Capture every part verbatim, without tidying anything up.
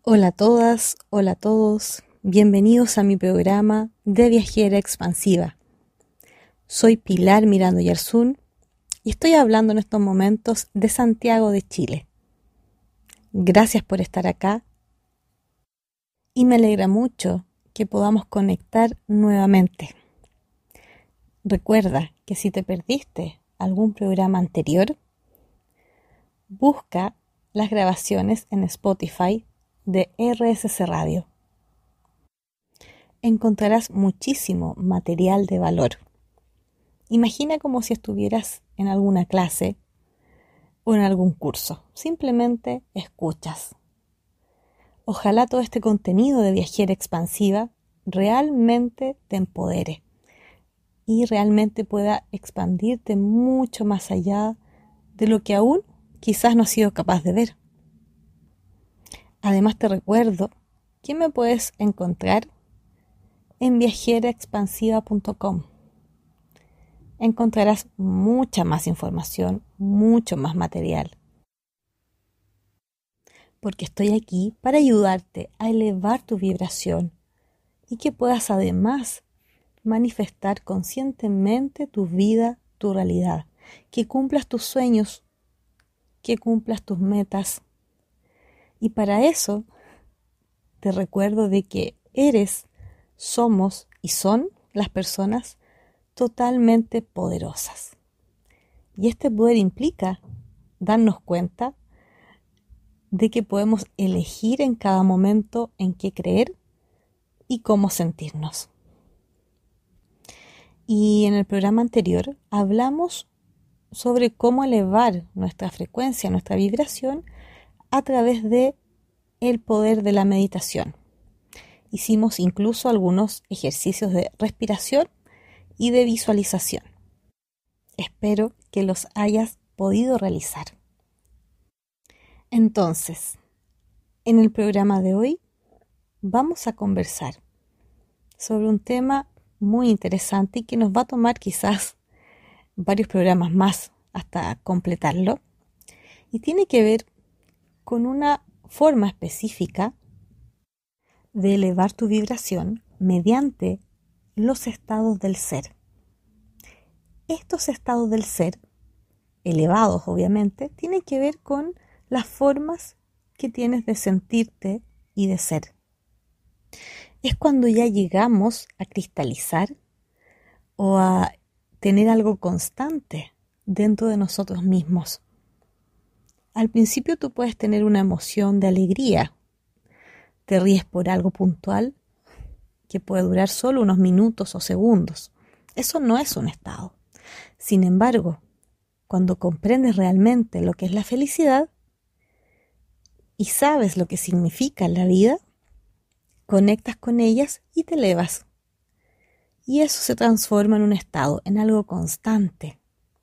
Hola a todas, hola a todos, bienvenidos a mi programa de Viajera Expansiva. Soy Pilar Mirando Yarzún y estoy hablando en estos momentos de Santiago de Chile. Gracias por estar acá y me alegra mucho que podamos conectar nuevamente. Recuerda que si te perdiste algún programa anterior, busca las grabaciones en Spotify de R S C Radio. Encontrarás muchísimo material de valor. Imagina como si estuvieras en alguna clase o en algún curso. Simplemente escuchas. Ojalá todo este contenido de Viajera Expansiva realmente te empodere y realmente pueda expandirte mucho más allá de lo que aún quizás no has sido capaz de ver. Además te recuerdo que me puedes encontrar en viajera expansiva punto com. Encontrarás mucha más información, mucho más material. Porque estoy aquí para ayudarte a elevar tu vibración y que puedas además manifestar conscientemente tu vida, tu realidad, que cumplas tus sueños, que cumplas tus metas. Y para eso te recuerdo de que eres, somos y son las personas totalmente poderosas. Y este poder implica darnos cuenta de que podemos elegir en cada momento en qué creer y cómo sentirnos. Y en el programa anterior hablamos sobre cómo elevar nuestra frecuencia, nuestra vibración a través de el poder de la meditación. Hicimos incluso algunos ejercicios de respiración y de visualización. Espero que los hayas podido realizar. Entonces, en el programa de hoy vamos a conversar sobre un tema muy interesante y que nos va a tomar quizás varios programas más hasta completarlo. Y tiene que ver con una forma específica de elevar tu vibración mediante los estados del ser. Estos estados del ser, elevados obviamente, tienen que ver con las formas que tienes de sentirte y de ser. Es cuando ya llegamos a cristalizar o a tener algo constante dentro de nosotros mismos. Al principio tú puedes tener una emoción de alegría. Te ríes por algo puntual que puede durar solo unos minutos o segundos. Eso no es un estado. Sin embargo, cuando comprendes realmente lo que es la felicidad y sabes lo que significa la vida, conectas con ellas y te elevas. Y eso se transforma en un estado, en algo constante.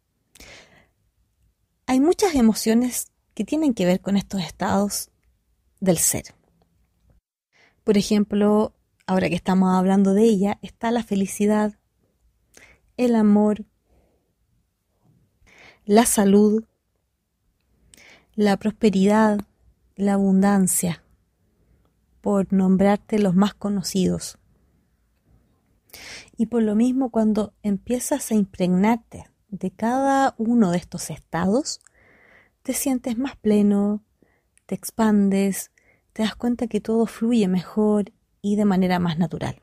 Hay muchas emociones que tienen que ver con estos estados del ser. Por ejemplo, ahora que estamos hablando de ella, está la felicidad, el amor, la salud, la prosperidad, la abundancia, por nombrarte los más conocidos. Y por lo mismo, cuando empiezas a impregnarte de cada uno de estos estados, te sientes más pleno, te expandes, te das cuenta que todo fluye mejor y de manera más natural.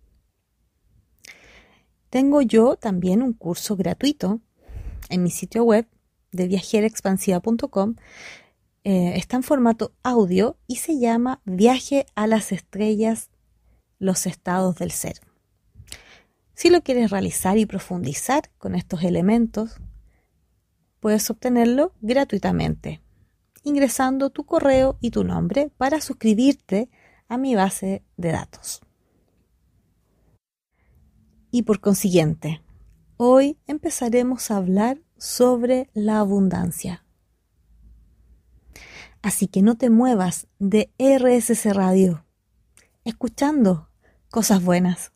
Tengo yo también un curso gratuito en mi sitio web de viajera expansiva punto com. Eh, está en formato audio y se llama Viaje a las estrellas, los estados del ser. Si lo quieres realizar y profundizar con estos elementos, puedes obtenerlo gratuitamente, ingresando tu correo y tu nombre para suscribirte a mi base de datos. Y por consiguiente, hoy empezaremos a hablar sobre la abundancia. Así que no te muevas de R S C Radio, escuchando cosas buenas.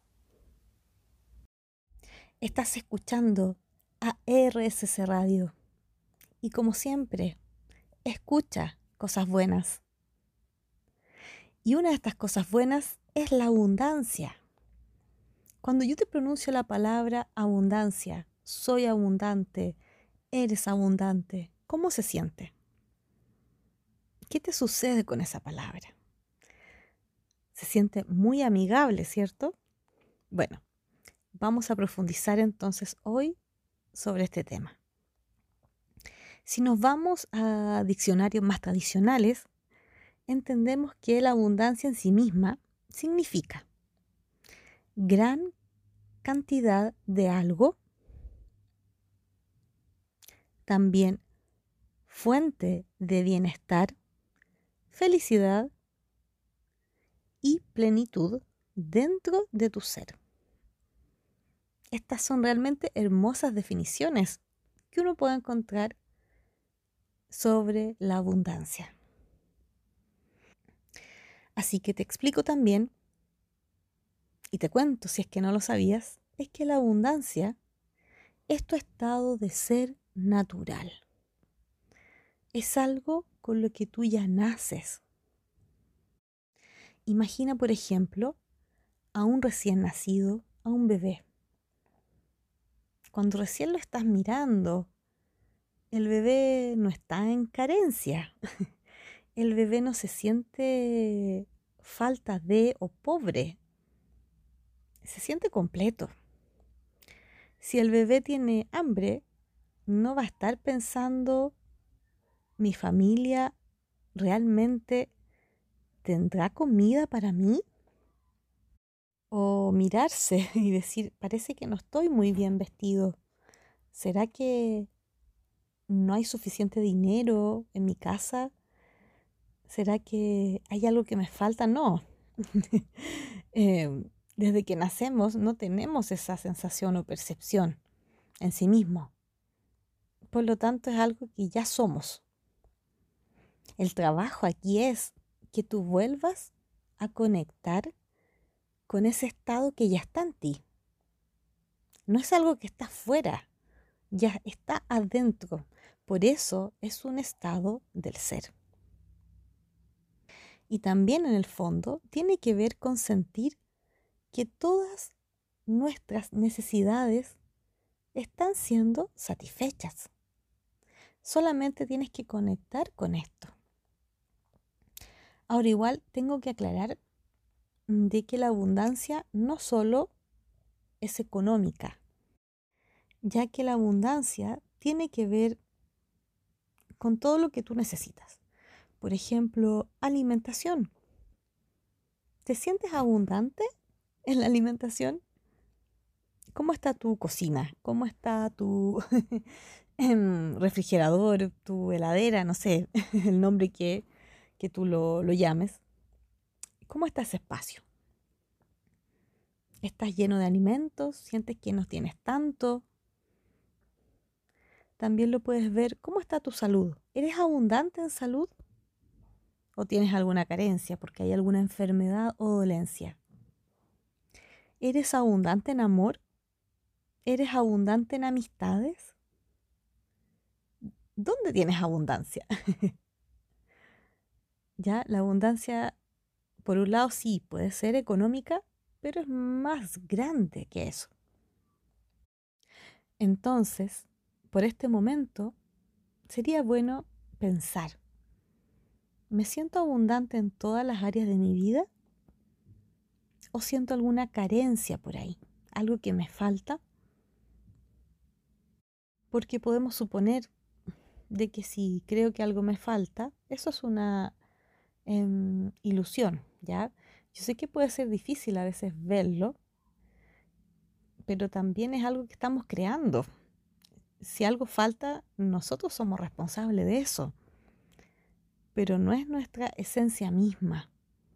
Estás escuchando a R S C Radio y como siempre, escucha cosas buenas. Y una de estas cosas buenas es la abundancia. Cuando yo te pronuncio la palabra abundancia, soy abundante, eres abundante, ¿cómo se siente? ¿Qué te sucede con esa palabra? Se siente muy amigable, ¿cierto? Bueno, vamos a profundizar entonces hoy sobre este tema. Si nos vamos a diccionarios más tradicionales, entendemos que la abundancia en sí misma significa gran cantidad de algo, también fuente de bienestar, felicidad y plenitud dentro de tu ser. Estas son realmente hermosas definiciones que uno puede encontrar sobre la abundancia. Así que te explico también, y te cuento si es que no lo sabías, es que la abundancia es tu estado de ser natural. Es algo con lo que tú ya naces. Imagina, por ejemplo, a un recién nacido, a un bebé. Cuando recién lo estás mirando, el bebé no está en carencia. El bebé no se siente falta de o pobre. Se siente completo. Si el bebé tiene hambre, no va a estar pensando, ¿mi familia realmente tendrá comida para mí? O mirarse y decir, parece que no estoy muy bien vestido. ¿Será que no hay suficiente dinero en mi casa? ¿Será que hay algo que me falta? No. Eh, desde que nacemos no tenemos esa sensación o percepción en sí mismo. Por lo tanto, es algo que ya somos. El trabajo aquí es que tú vuelvas a conectar con ese estado que ya está en ti. No es algo que está fuera, ya está adentro. Por eso es un estado del ser. Y también en el fondo tiene que ver con sentir que todas nuestras necesidades están siendo satisfechas. Solamente tienes que conectar con esto. Ahora igual tengo que aclarar de que la abundancia no solo es económica, ya que la abundancia tiene que ver con todo lo que tú necesitas. Por ejemplo, alimentación. ¿Te sientes abundante en la alimentación? ¿Cómo está tu cocina? ¿Cómo está tu em, refrigerador, tu heladera? No sé, el nombre que, que tú lo, lo llames. ¿Cómo está ese espacio? ¿Estás lleno de alimentos? ¿Sientes que no tienes tanto? También lo puedes ver, ¿cómo está tu salud? ¿Eres abundante en salud? ¿O tienes alguna carencia porque hay alguna enfermedad o dolencia? ¿Eres abundante en amor? ¿Eres abundante en amistades? ¿Dónde tienes abundancia? Ya, la abundancia, por un lado, sí, puede ser económica, pero es más grande que eso. Entonces, por este momento, sería bueno pensar, ¿me siento abundante en todas las áreas de mi vida? ¿O siento alguna carencia por ahí? ¿Algo que me falta? Porque podemos suponer de que si creo que algo me falta, eso es una em, ilusión, ¿ya? Yo sé que puede ser difícil a veces verlo, pero también es algo que estamos creando. Si algo falta, nosotros somos responsables de eso, pero no es nuestra esencia misma.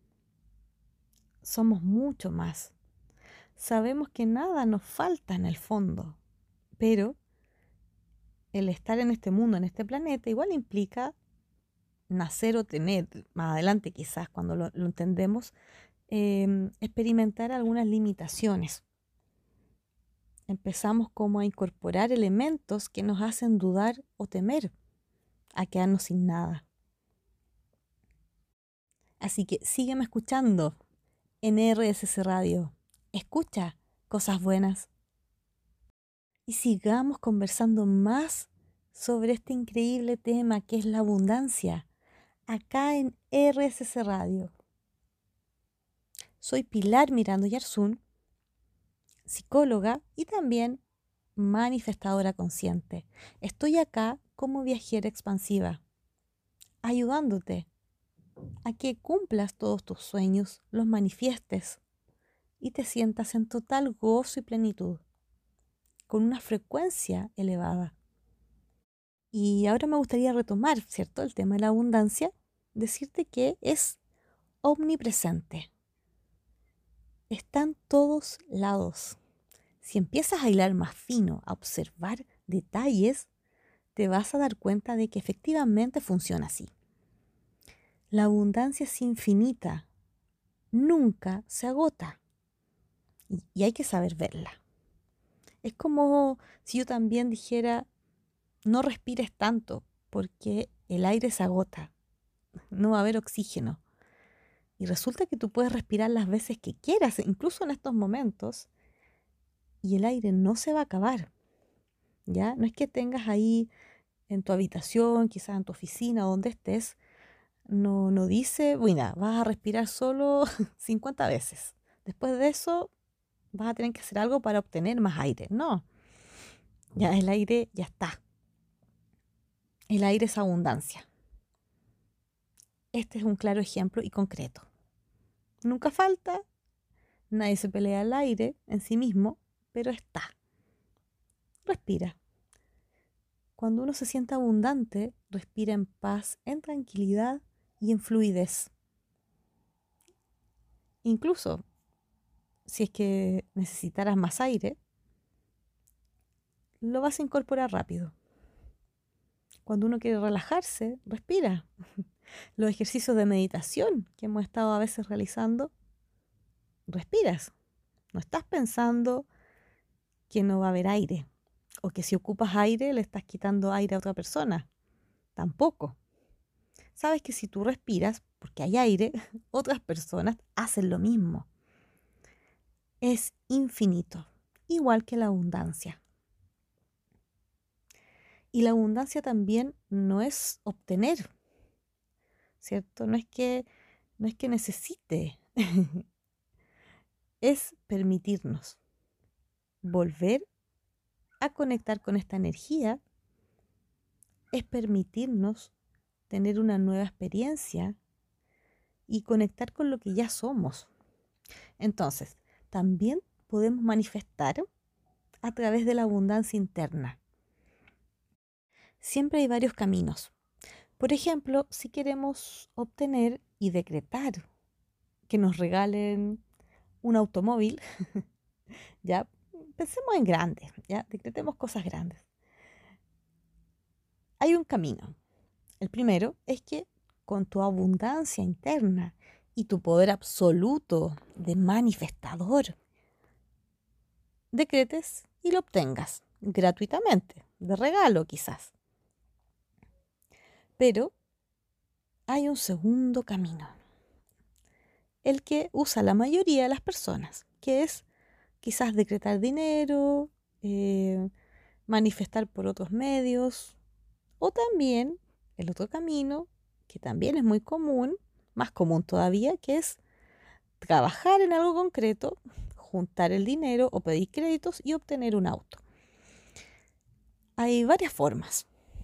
Somos mucho más. Sabemos que nada nos falta en el fondo, pero el estar en este mundo, en este planeta, igual implica nacer o tener, más adelante quizás cuando lo, lo entendemos, eh, experimentar algunas limitaciones. Empezamos como a incorporar elementos que nos hacen dudar o temer a quedarnos sin nada. Así que sígueme escuchando en R S S Radio. Escucha cosas buenas. Y sigamos conversando más sobre este increíble tema que es la abundancia, acá en R S S Radio. Soy Pilar Mirando Yarzún, psicóloga y también manifestadora consciente. Estoy acá como viajera expansiva, ayudándote a que cumplas todos tus sueños, los manifiestes y te sientas en total gozo y plenitud, con una frecuencia elevada. Y ahora me gustaría retomar, ¿cierto?, el tema de la abundancia, decirte que es omnipresente. Está en todos lados. Si empiezas a hilar más fino, a observar detalles, te vas a dar cuenta de que efectivamente funciona así. La abundancia es infinita, nunca se agota y, y hay que saber verla. Es como si yo también dijera, no respires tanto porque el aire se agota, no va a haber oxígeno. Y resulta que tú puedes respirar las veces que quieras, incluso en estos momentos, y el aire no se va a acabar. ¿Ya? No es que tengas ahí en tu habitación, quizás en tu oficina, donde estés, no, no dice, bueno, vas a respirar solo cincuenta veces. Después de eso vas a tener que hacer algo para obtener más aire. No, ya el aire ya está. El aire es abundancia. Este es un claro ejemplo y concreto. Nunca falta, nadie se pelea al aire en sí mismo, pero está. Respira. Cuando uno se siente abundante, respira en paz, en tranquilidad y en fluidez. Incluso si es que necesitaras más aire, lo vas a incorporar rápido. Cuando uno quiere relajarse, respira. Los ejercicios de meditación que hemos estado a veces realizando, respiras. No estás pensando que no va a haber aire o que si ocupas aire le estás quitando aire a otra persona. Tampoco. Sabes que si tú respiras, porque hay aire, otras personas hacen lo mismo. Es infinito, igual que la abundancia. Y la abundancia también no es obtener, ¿cierto? No es que, no es que necesite, es permitirnos volver a conectar con esta energía, es permitirnos tener una nueva experiencia y conectar con lo que ya somos. Entonces, también podemos manifestar a través de la abundancia interna. Siempre hay varios caminos. Por ejemplo, si queremos obtener y decretar que nos regalen un automóvil, ya pensemos en grande, ya decretemos cosas grandes. Hay un camino. El primero es que con tu abundancia interna y tu poder absoluto de manifestador, decretes y lo obtengas gratuitamente, de regalo quizás. Pero hay un segundo camino, el que usa la mayoría de las personas, que es quizás decretar dinero, eh, manifestar por otros medios, o también el otro camino, que también es muy común, más común todavía, que es trabajar en algo concreto, juntar el dinero o pedir créditos y obtener un auto. Hay varias formas.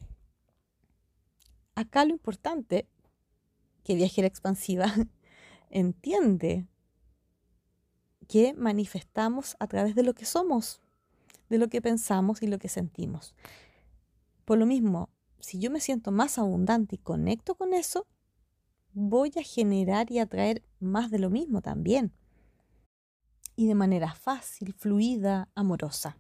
Acá lo importante, que Viajera Expansiva entiende que manifestamos a través de lo que somos, de lo que pensamos y lo que sentimos. Por lo mismo, si yo me siento más abundante y conecto con eso, voy a generar y atraer más de lo mismo también. Y de manera fácil, fluida, amorosa.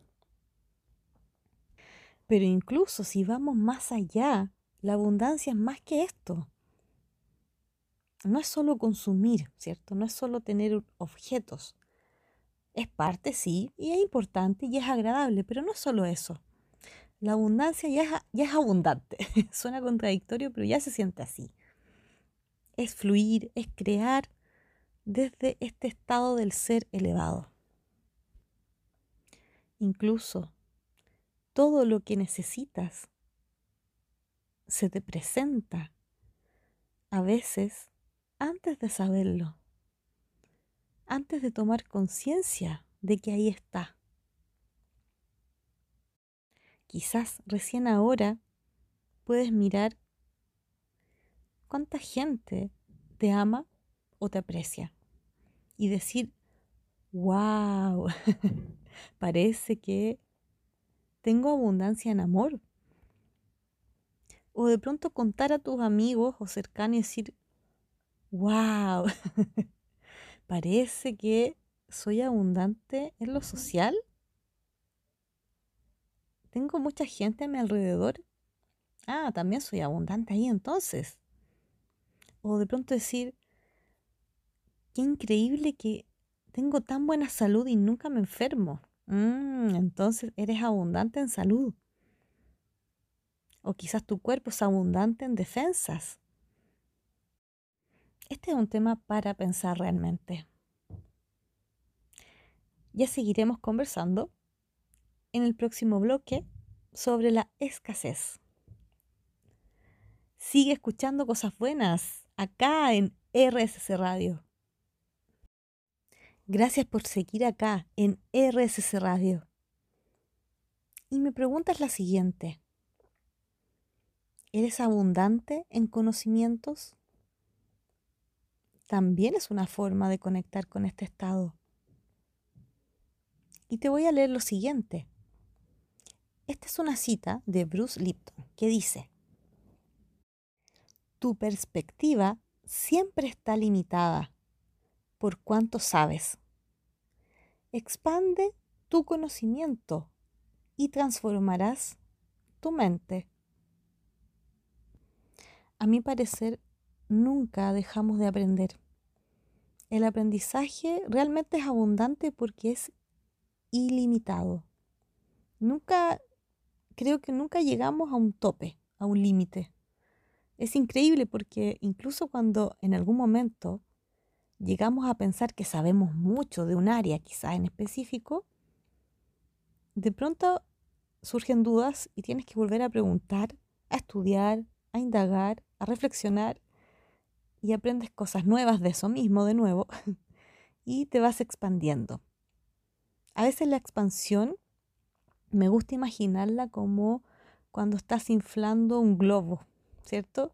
Pero incluso si vamos más allá, la abundancia es más que esto. No es solo consumir, ¿cierto? No es solo tener objetos. Es parte, sí, y es importante y es agradable, pero no es solo eso. La abundancia ya es, ya es abundante. Suena contradictorio, pero ya se siente así. es fluir, es crear desde este estado del ser elevado. Incluso todo lo que necesitas se te presenta a veces antes de saberlo, antes de tomar conciencia de que ahí está. Quizás recién ahora puedes mirar cuánta gente te ama o te aprecia y decir, wow, parece que tengo abundancia en amor. O de pronto contar a tus amigos o cercanos y decir, wow, parece que soy abundante en lo social. Tengo mucha gente a mi alrededor. Ah, también soy abundante ahí entonces. O de pronto decir, qué increíble que tengo tan buena salud y nunca me enfermo. Mm, entonces eres abundante en salud. O quizás tu cuerpo es abundante en defensas. Este es un tema para pensar realmente. Ya seguiremos conversando en el próximo bloque sobre la escasez. Sigue escuchando cosas buenas acá en R S C Radio. Gracias por seguir acá en R S C Radio. Y mi pregunta es la siguiente. ¿Eres abundante en conocimientos? También es una forma de conectar con este estado. Y te voy a leer lo siguiente. Esta es una cita de Bruce Lipton que dice, tu perspectiva siempre está limitada por cuánto sabes. Expande tu conocimiento y transformarás tu mente. A mi parecer, nunca dejamos de aprender. El aprendizaje realmente es abundante porque es ilimitado. Nunca, creo que nunca llegamos a un tope, a un límite. Es increíble porque incluso cuando en algún momento llegamos a pensar que sabemos mucho de un área quizás en específico, de pronto surgen dudas y tienes que volver a preguntar, a estudiar, a indagar, a reflexionar y aprendes cosas nuevas de eso mismo de nuevo y te vas expandiendo. A veces la expansión me gusta imaginarla como cuando estás inflando un globo, ¿cierto?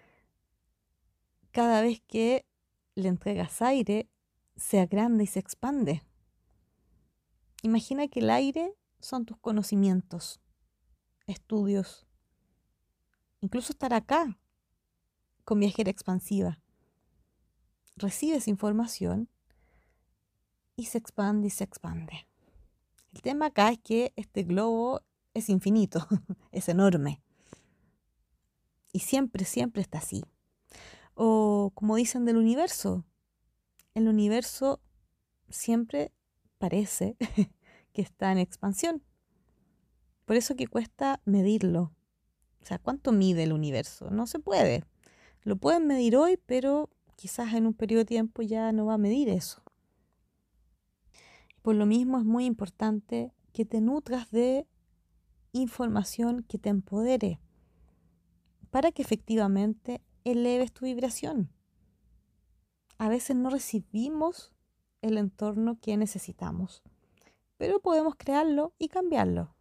Cada vez que le entregas aire, se agranda y se expande. Imagina que el aire son tus conocimientos, estudios, incluso estar acá con Viajera Expansiva. Recibes información y se expande y se expande. El tema acá es que este globo es infinito, es enorme. Y siempre, siempre está así. O como dicen del universo, el universo siempre parece que está en expansión. Por eso que cuesta medirlo. O sea, ¿cuánto mide el universo? No se puede. Lo pueden medir hoy, pero quizás en un periodo de tiempo ya no va a medir eso. Por lo mismo es muy importante que te nutras de información que te empodere para que efectivamente eleves tu vibración. A veces no recibimos el entorno que necesitamos, pero podemos crearlo y cambiarlo.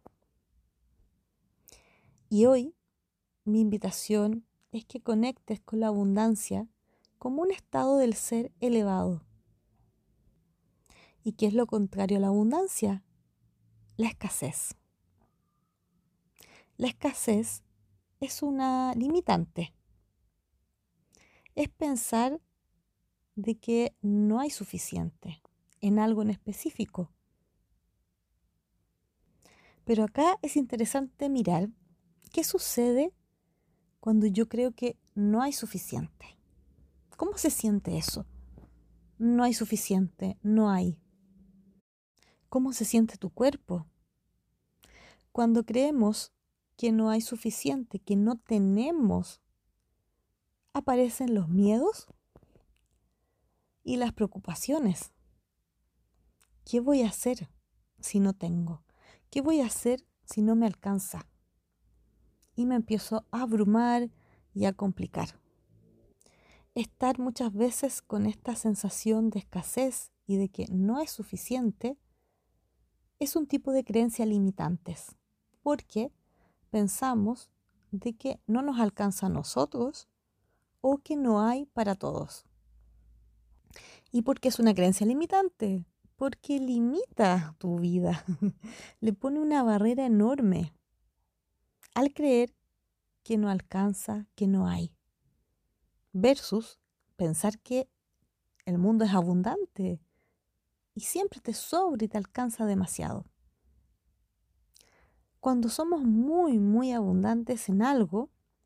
Y hoy mi invitación es que conectes con la abundancia como un estado del ser elevado. ¿Y qué es lo contrario a la abundancia? La escasez. La escasez es una limitante. Es pensar de que no hay suficiente en algo en específico. Pero acá es interesante mirar qué sucede cuando yo creo que no hay suficiente. ¿Cómo se siente eso? No hay suficiente, no hay. ¿Cómo se siente tu cuerpo? Cuando creemos que no hay suficiente, que no tenemos aparecen los miedos y las preocupaciones. ¿Qué voy a hacer si no tengo? ¿Qué voy a hacer si no me alcanza? Y me empiezo a abrumar y a complicar. Estar muchas veces con esta sensación de escasez y de que no es suficiente es un tipo de creencia limitantes, porque pensamos de que no nos alcanza a nosotros o que no hay para todos. ¿Y por qué es una creencia limitante? Porque limita tu vida, le pone una barrera enorme al creer que no alcanza, que no hay, versus pensar que el mundo es abundante y siempre te sobra y te alcanza demasiado. Cuando somos muy, muy abundantes en algo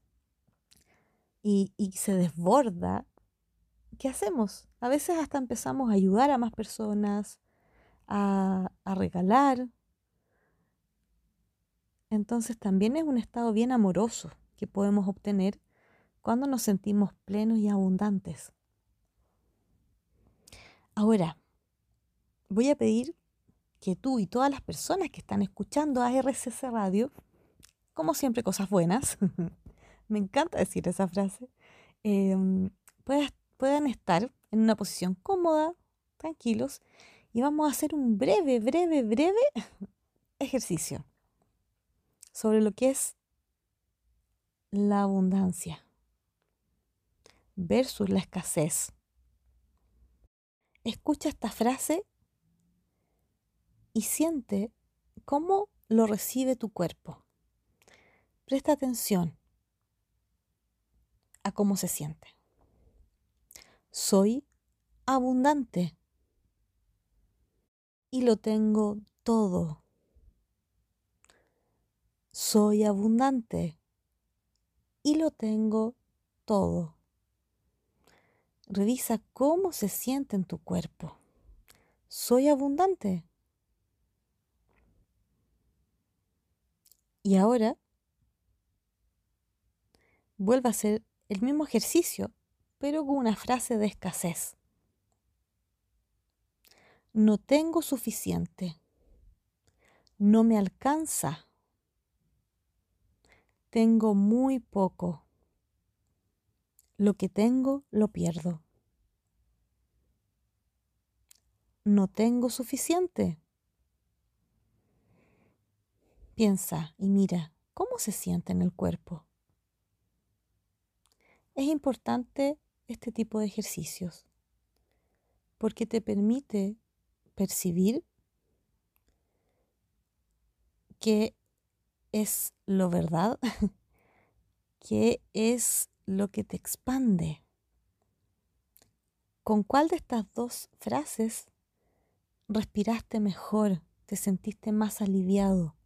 y, y se desborda, ¿qué hacemos? A veces hasta empezamos a ayudar a más personas, a, a regalar. Entonces también es un estado bien amoroso que podemos obtener cuando nos sentimos plenos y abundantes. Ahora, voy a pedir que tú y todas las personas que están escuchando a R C C Radio, como siempre cosas buenas, me encanta decir esa frase, eh, puedas- puedan estar en una posición cómoda, tranquilos, y vamos a hacer un breve, breve, breve ejercicio sobre lo que es la abundancia versus la escasez. Escucha esta frase y siente cómo lo recibe tu cuerpo. Presta atención a cómo se siente. Soy abundante y lo tengo todo. Soy abundante y lo tengo todo. Revisa cómo se siente en tu cuerpo. Soy abundante. Y ahora vuelve a hacer el mismo ejercicio, pero con una frase de escasez. No tengo suficiente. No me alcanza. Tengo muy poco. Lo que tengo lo pierdo. No tengo suficiente. Piensa y mira cómo se siente en el cuerpo. Es importante este tipo de ejercicios porque te permite percibir qué es lo verdad, qué es lo que te expande. ¿Con cuál de estas dos frases respiraste mejor? ¿Te sentiste más aliviado?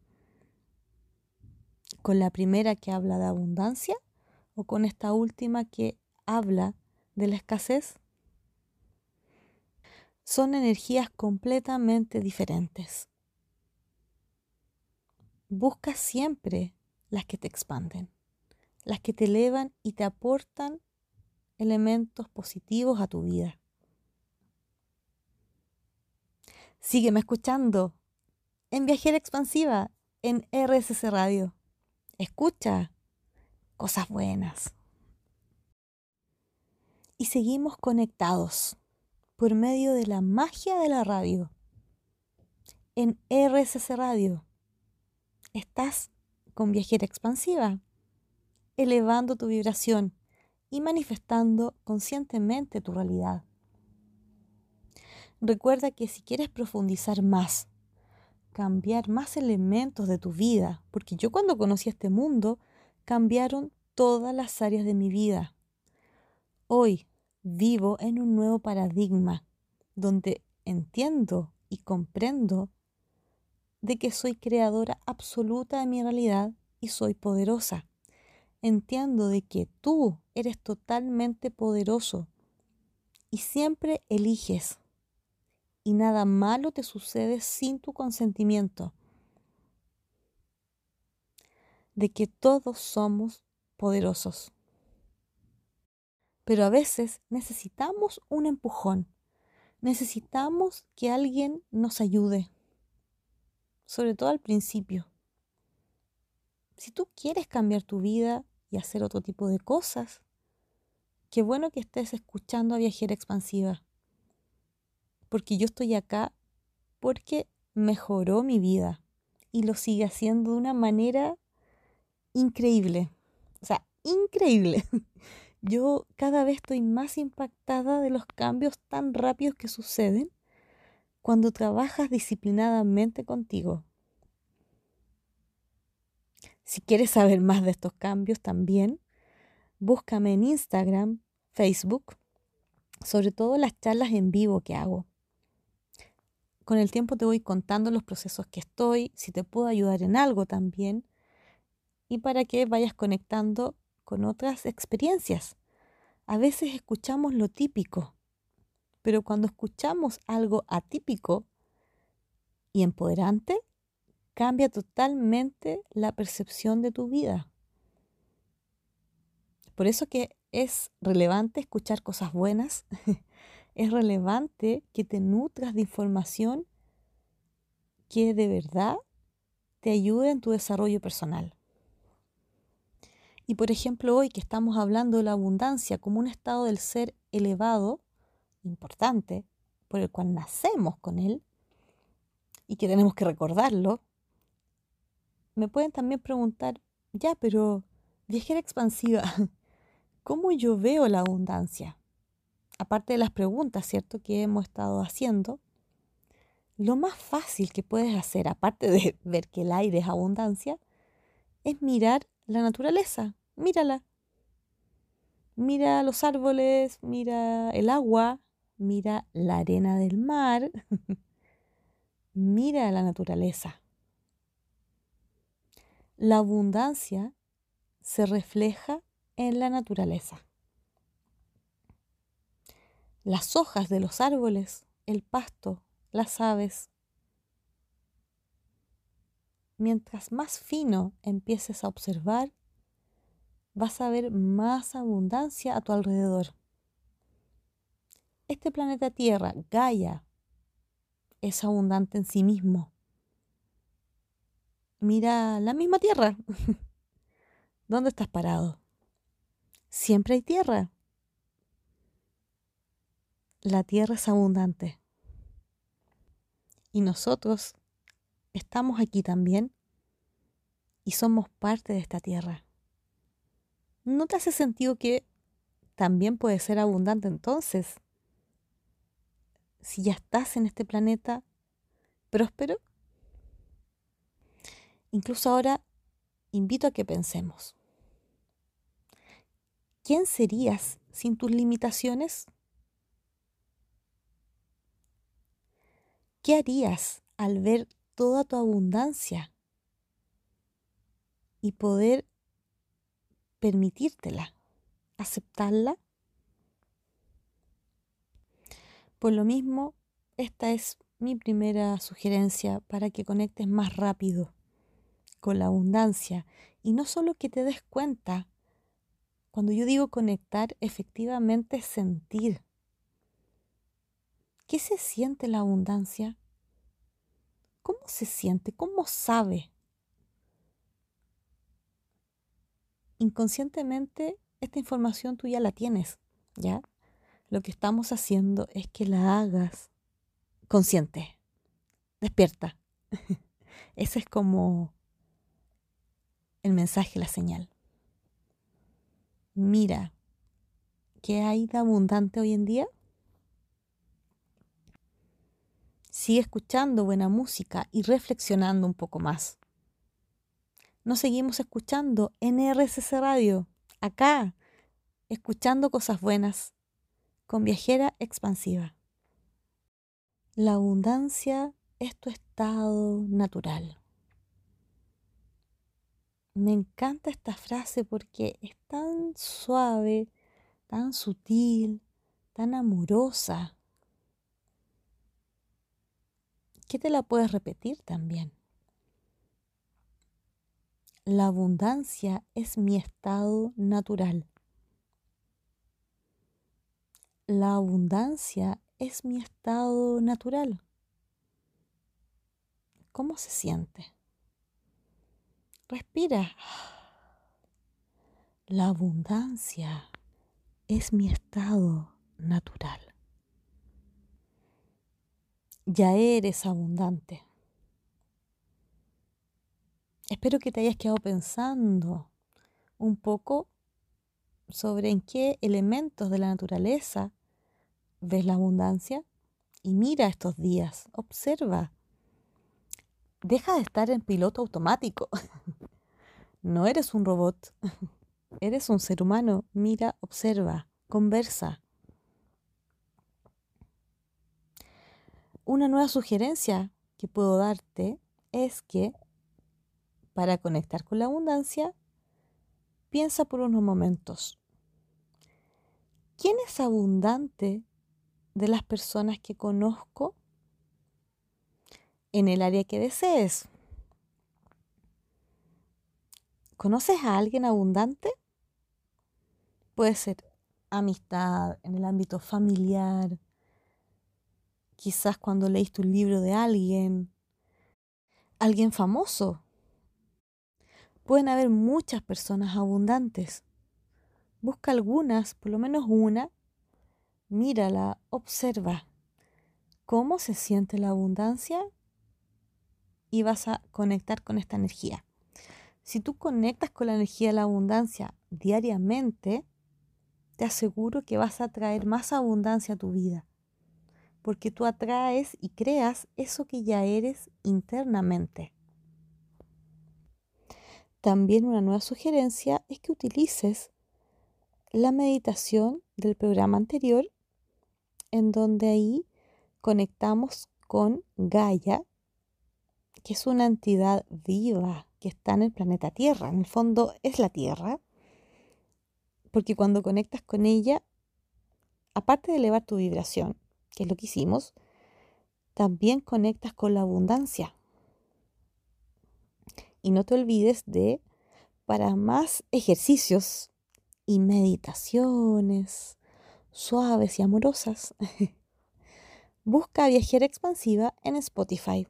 ¿Con la primera que habla de abundancia o con esta última que habla de la escasez? Son energías completamente diferentes. Busca siempre las que te expanden, las que te elevan y te aportan elementos positivos a tu vida. Sígueme escuchando en Viajera Expansiva en R S C Radio. Escucha cosas buenas. Y seguimos conectados por medio de la magia de la radio. En R S C Radio estás con Viajera Expansiva, elevando tu vibración y manifestando conscientemente tu realidad. Recuerda que si quieres profundizar más, cambiar más elementos de tu vida, porque yo cuando conocí este mundo, cambiaron todas las áreas de mi vida. Hoy vivo en un nuevo paradigma donde entiendo y comprendo de que soy creadora absoluta de mi realidad y soy poderosa. Entiendo de que tú eres totalmente poderoso y siempre eliges y nada malo te sucede sin tu consentimiento. De que todos somos poderosos. Pero a veces necesitamos un empujón, necesitamos que alguien nos ayude, sobre todo al principio. Si tú quieres cambiar tu vida y hacer otro tipo de cosas, qué bueno que estés escuchando a Viajera Expansiva, porque yo estoy acá porque mejoró mi vida y lo sigue haciendo de una manera increíble. O sea, increíble. Yo cada vez estoy más impactada de los cambios tan rápidos que suceden cuando trabajas disciplinadamente contigo. Si quieres saber más de estos cambios también, búscame en Instagram, Facebook, sobre todo las charlas en vivo que hago. Con el tiempo te voy contando los procesos que estoy, si te puedo ayudar en algo también, y para que vayas conectando con otras experiencias. A veces escuchamos lo típico, pero cuando escuchamos algo atípico y empoderante, cambia totalmente la percepción de tu vida. Por eso que es relevante escuchar cosas buenas, es relevante que te nutras de información que de verdad te ayude en tu desarrollo personal. Y por ejemplo, hoy que estamos hablando de la abundancia como un estado del ser elevado, importante, por el cual nacemos con él y que tenemos que recordarlo, me pueden también preguntar, ya, pero viajera expansiva, ¿cómo yo veo la abundancia? Aparte de las preguntas, ¿cierto?, que hemos estado haciendo, lo más fácil que puedes hacer, aparte de ver que el aire es abundancia, es mirar la naturaleza. Mírala. Mira los árboles, mira el agua, mira la arena del mar, mira la naturaleza. La abundancia se refleja en la naturaleza. Las hojas de los árboles, el pasto, las aves. Mientras más fino empieces a observar, vas a ver más abundancia a tu alrededor. Este planeta Tierra, Gaia, es abundante en sí mismo. Mira la misma Tierra. ¿Dónde estás parado? Siempre hay tierra. La tierra es abundante. Y nosotros estamos aquí también y somos parte de esta tierra. ¿No te hace sentido que también puede ser abundante entonces? Si ya estás en este planeta próspero, incluso ahora invito a que pensemos. ¿Quién serías sin tus limitaciones? ¿Qué harías al ver toda tu abundancia y poder permitírtela, aceptarla? Por lo mismo, esta es mi primera sugerencia para que conectes más rápido con la abundancia y no solo que te des cuenta. Cuando yo digo conectar, efectivamente es sentir. ¿Qué se siente la abundancia? ¿Cómo se siente? ¿Cómo sabe? Inconscientemente, esta información tú ya la tienes, ¿ya? Lo que estamos haciendo es que la hagas consciente, despierta. Ese es como el mensaje, la señal. Mira, ¿qué hay de abundante hoy en día? Sigue escuchando buena música y reflexionando un poco más. Nos seguimos escuchando en R S C Radio, acá, escuchando cosas buenas, con Viajera Expansiva. La abundancia es tu estado natural. Me encanta esta frase porque es tan suave, tan sutil, tan amorosa, que te la puedes repetir también. La abundancia es mi estado natural. La abundancia es mi estado natural. ¿Cómo se siente? Respira. La abundancia es mi estado natural. Ya eres abundante. Espero que te hayas quedado pensando un poco sobre en qué elementos de la naturaleza ves la abundancia y mira estos días, observa. Deja de estar en piloto automático. No eres un robot, eres un ser humano. Mira, observa, conversa. Una nueva sugerencia que puedo darte es que para conectar con la abundancia, piensa por unos momentos. ¿Quién es abundante de las personas que conozco en el área que desees? ¿Conoces a alguien abundante? Puede ser amistad, en el ámbito familiar, quizás cuando leíste un libro de alguien, alguien famoso. Pueden haber muchas personas abundantes. Busca algunas, por lo menos una, mírala, observa cómo se siente la abundancia y vas a conectar con esta energía. Si tú conectas con la energía de la abundancia diariamente, te aseguro que vas a traer más abundancia a tu vida, porque tú atraes y creas eso que ya eres internamente. También una nueva sugerencia es que utilices la meditación del programa anterior, en donde ahí conectamos con Gaia, que es una entidad viva que está en el planeta Tierra. En el fondo es la Tierra, porque cuando conectas con ella, aparte de elevar tu vibración, que es lo que hicimos, también conectas con la abundancia. Y no te olvides de, para más ejercicios y meditaciones suaves y amorosas, busca Viajera Expansiva en Spotify.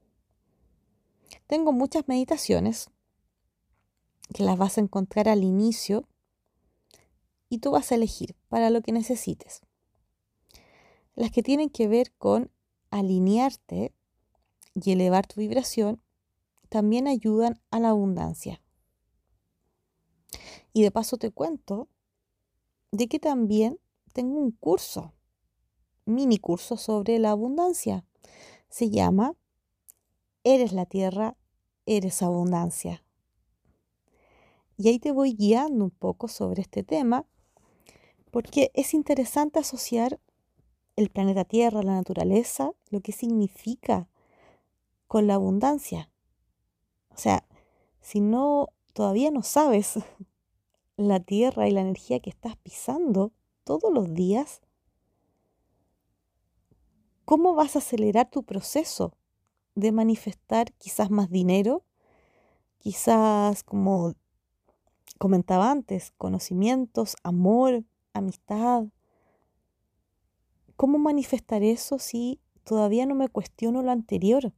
Tengo muchas meditaciones que las vas a encontrar al inicio y tú vas a elegir para lo que necesites. Las que tienen que ver con alinearte y elevar tu vibración también ayudan a la abundancia. Y de paso te cuento de que también tengo un curso, mini curso sobre la abundancia. Se llama Eres la Tierra, eres abundancia. Y ahí te voy guiando un poco sobre este tema, porque es interesante asociar el planeta Tierra, la naturaleza, lo que significa con la abundancia. O sea, si no, todavía no sabes la tierra y la energía que estás pisando todos los días, ¿cómo vas a acelerar tu proceso de manifestar quizás más dinero? Quizás, como comentaba antes, conocimientos, amor, amistad. ¿Cómo manifestar eso si todavía no me cuestiono lo anterior?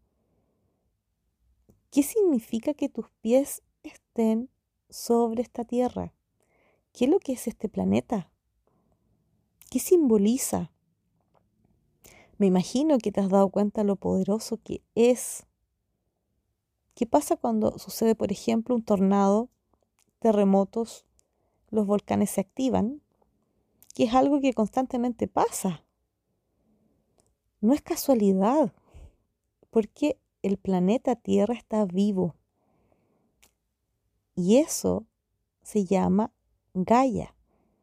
¿Qué significa que tus pies estén sobre esta tierra? ¿Qué es lo que es este planeta? ¿Qué simboliza? Me imagino que te has dado cuenta lo poderoso que es. ¿Qué pasa cuando sucede, por ejemplo, un tornado, terremotos, los volcanes se activan? Que es algo que constantemente pasa. No es casualidad, porque el planeta Tierra está vivo. Y eso se llama Gaia.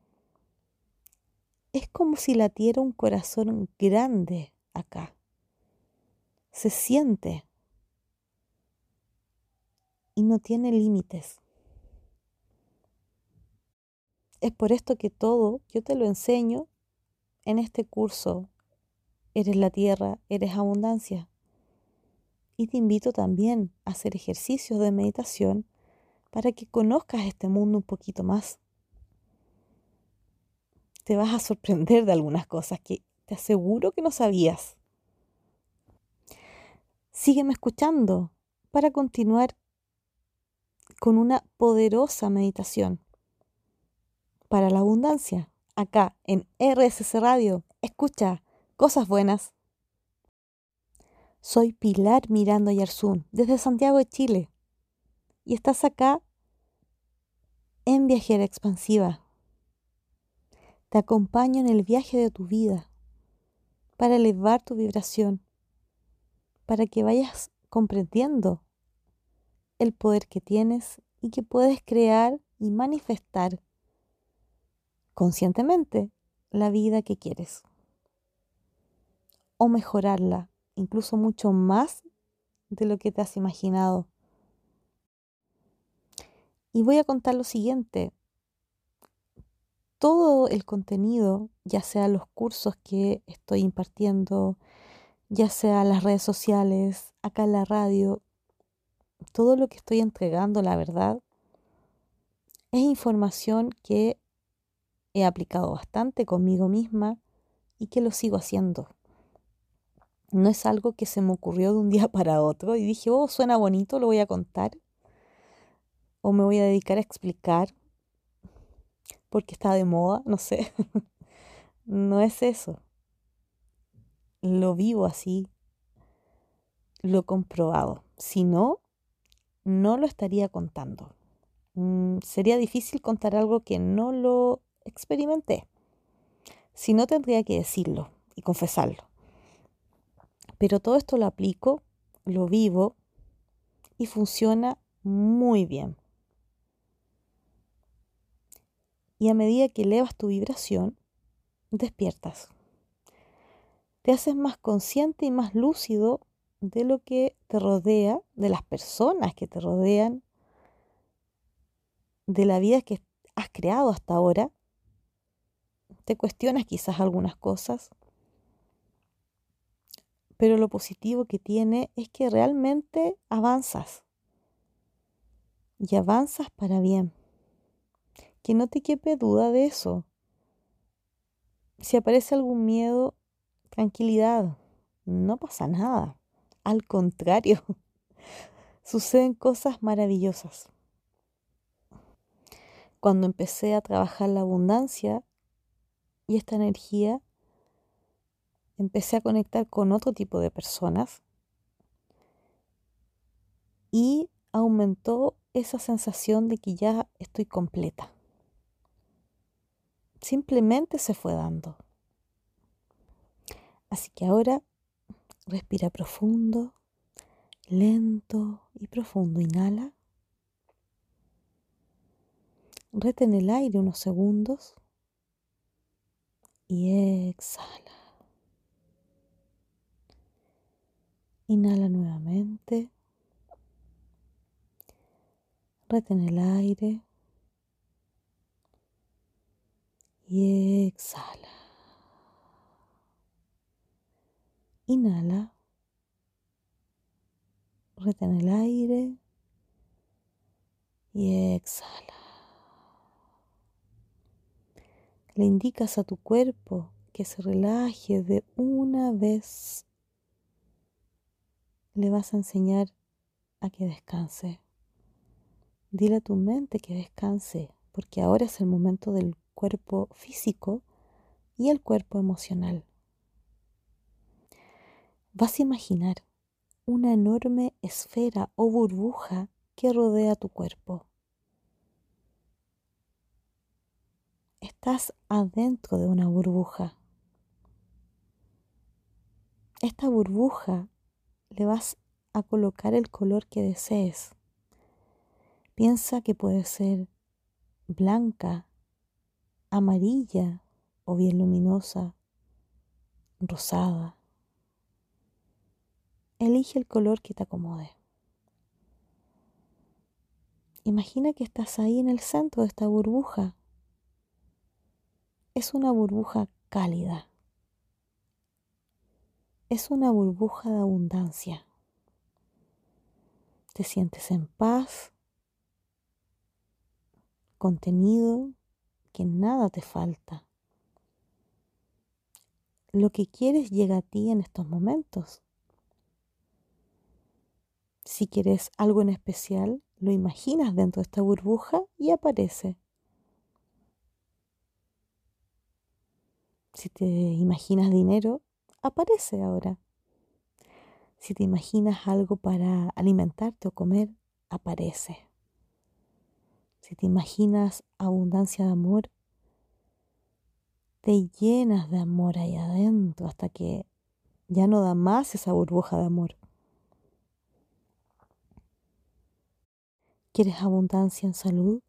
Es como si latiera un corazón grande acá. Se siente y no tiene límites. Es por esto que todo yo te lo enseño en este curso. Eres la tierra, eres abundancia. Y te invito también a hacer ejercicios de meditación para que conozcas este mundo un poquito más. te vas a sorprender de algunas cosas que te aseguro que no sabías. Sígueme escuchando para continuar con una poderosa meditación para la abundancia. Acá en R S C Radio, escucha cosas buenas. Soy Pilar Miranda Yarzún, desde Santiago de Chile. Y estás acá en Viajera Expansiva. Te acompaño en el viaje de tu vida para elevar tu vibración, para que vayas comprendiendo el poder que tienes y que puedes crear y manifestar conscientemente la vida que quieres. O mejorarla, incluso mucho más de lo que te has imaginado. Y voy a contar lo siguiente. Todo el contenido, ya sea los cursos que estoy impartiendo, ya sea las redes sociales, acá en la radio, todo lo que estoy entregando, la verdad, es información que he aplicado bastante conmigo misma y que lo sigo haciendo. No es algo que se me ocurrió de un día para otro y dije, oh, suena bonito, lo voy a contar. O me voy a dedicar a explicar porque está de moda, no sé. No es eso. Lo vivo así, lo he comprobado. Si no, no lo estaría contando. Mm, sería difícil contar algo que no lo experimenté. Si no, tendría que decirlo y confesarlo. Pero todo esto lo aplico, lo vivo y funciona muy bien. Y a medida que elevas tu vibración, despiertas. Te haces más consciente y más lúcido de lo que te rodea, de las personas que te rodean, de la vida que has creado hasta ahora. Te cuestionas quizás algunas cosas, pero lo positivo que tiene es que realmente avanzas y avanzas para bien. Que no te quepe duda de eso. Si aparece algún miedo, tranquilidad, no pasa nada. Al contrario, suceden cosas maravillosas. Cuando empecé a trabajar la abundancia y esta energía, empecé a conectar con otro tipo de personas y aumentó esa sensación de que ya estoy completa. Simplemente se fue dando. Así que ahora respira profundo, lento y profundo. Inhala. Retén el aire unos segundos y exhala. Inhala nuevamente. Retén el aire y exhala. Inhala. Retén el aire y exhala. Le indicas a tu cuerpo que se relaje de una vez. Le vas a enseñar a que descanse. Dile a tu mente que descanse, porque ahora es el momento del cuerpo físico y el cuerpo emocional. Vas a imaginar una enorme esfera o burbuja que rodea tu cuerpo. Estás adentro de una burbuja. Esta burbuja le vas a colocar el color que desees. Piensa que puede ser blanca, amarilla o bien luminosa, rosada. Elige el color que te acomode. Imagina que estás ahí en el centro de esta burbuja. Es una burbuja cálida. Es una burbuja de abundancia. Te sientes en paz, contenido, que nada te falta. lo que quieres llega a ti en estos momentos. Si quieres algo en especial, lo imaginas dentro de esta burbuja y aparece. Si te imaginas dinero, aparece ahora. Si te imaginas algo para alimentarte o comer, aparece. Si te imaginas abundancia de amor, te llenas de amor ahí adentro hasta que ya no da más esa burbuja de amor. ¿Quieres abundancia en salud?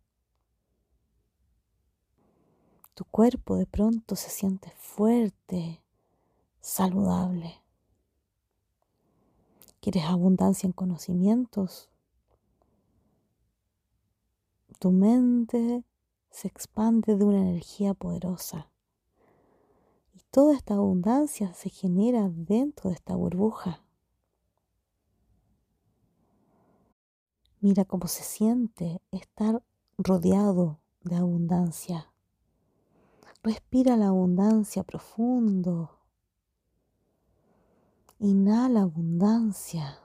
Tu cuerpo de pronto se siente fuerte, saludable. ¿Quieres abundancia en conocimientos? Tu mente se expande de una energía poderosa. Y toda esta abundancia se genera dentro de esta burbuja. Mira cómo se siente estar rodeado de abundancia. Respira la abundancia profundo. Inhala abundancia.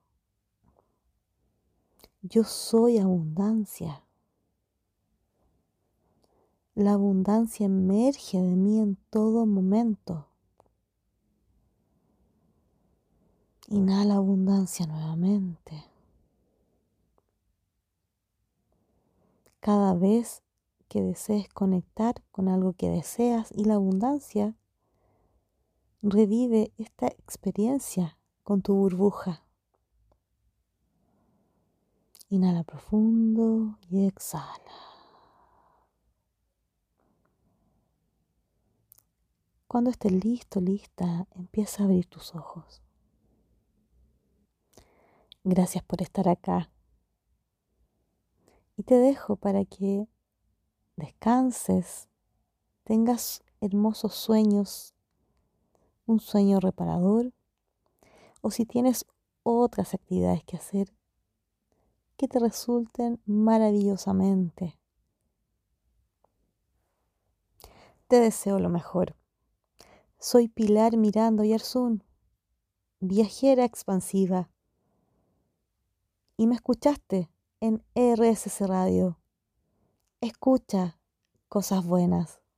Yo soy abundancia. La abundancia emerge de mí en todo momento. Inhala abundancia nuevamente. Cada vez que desees conectar con algo que deseas y la abundancia, revive esta experiencia con tu burbuja. Inhala profundo y exhala. Cuando estés listo, lista, empieza a abrir tus ojos. Gracias por estar acá. Y te dejo para que descanses, tengas hermosos sueños, un sueño reparador, o si tienes otras actividades que hacer, que te resulten maravillosamente. Te deseo lo mejor. Soy Pilar Miranda Oyarzún, viajera expansiva, y me escuchaste en R S C Radio. Escucha cosas buenas.